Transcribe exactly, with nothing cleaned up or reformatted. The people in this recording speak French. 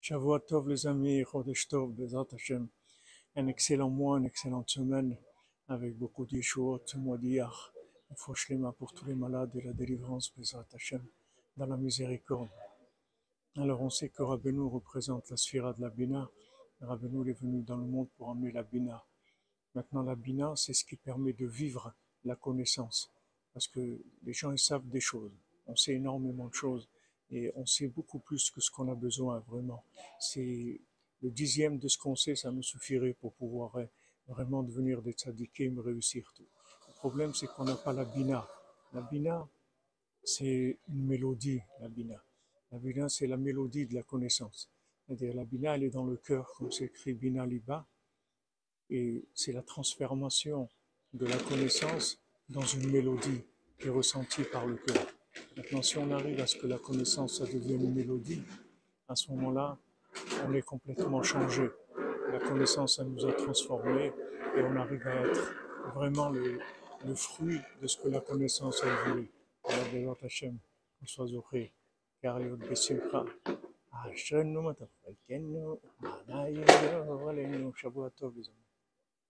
Shavua Tov les amis, Chodesh Tov, Bezrat Hashem. Un excellent mois, une excellente semaine, avec beaucoup de Yeshuot, ce mois d'hier. Une fois shlema pour tous les malades et la délivrance, Bezrat Hashem, dans la miséricorde. Alors on sait que Rabbeinu représente la sphira de la Bina. Rabbeinu est venu dans le monde pour amener la Bina. Maintenant la Bina, c'est ce qui permet de vivre la connaissance. Parce que les gens ils savent des choses. On sait énormément de choses. Et on sait beaucoup plus que ce qu'on a besoin, vraiment. C'est le dixième de ce qu'on sait, ça nous suffirait pour pouvoir vraiment devenir des tzadikim, réussir tout. Le problème, c'est qu'on n'a pas la bina. La bina, c'est une mélodie, la bina. La bina, c'est la mélodie de la connaissance. C'est-à-dire, la bina, elle est dans le cœur, comme c'est écrit bina liba, et c'est la transformation de la connaissance dans une mélodie qui est ressentie par le cœur. Maintenant, si on arrive à ce que la connaissance ça devienne une mélodie, à ce moment-là, on est complètement changé. La connaissance, elle nous a transformés et on arrive à être vraiment le, le fruit de ce que la connaissance a voulu. Alors, Bezrat Hashem, qu'on soit zoché, car il y a des simcha. Ashrenu matafalkenu, manayenu, valenu, Shavua Tov, les amis.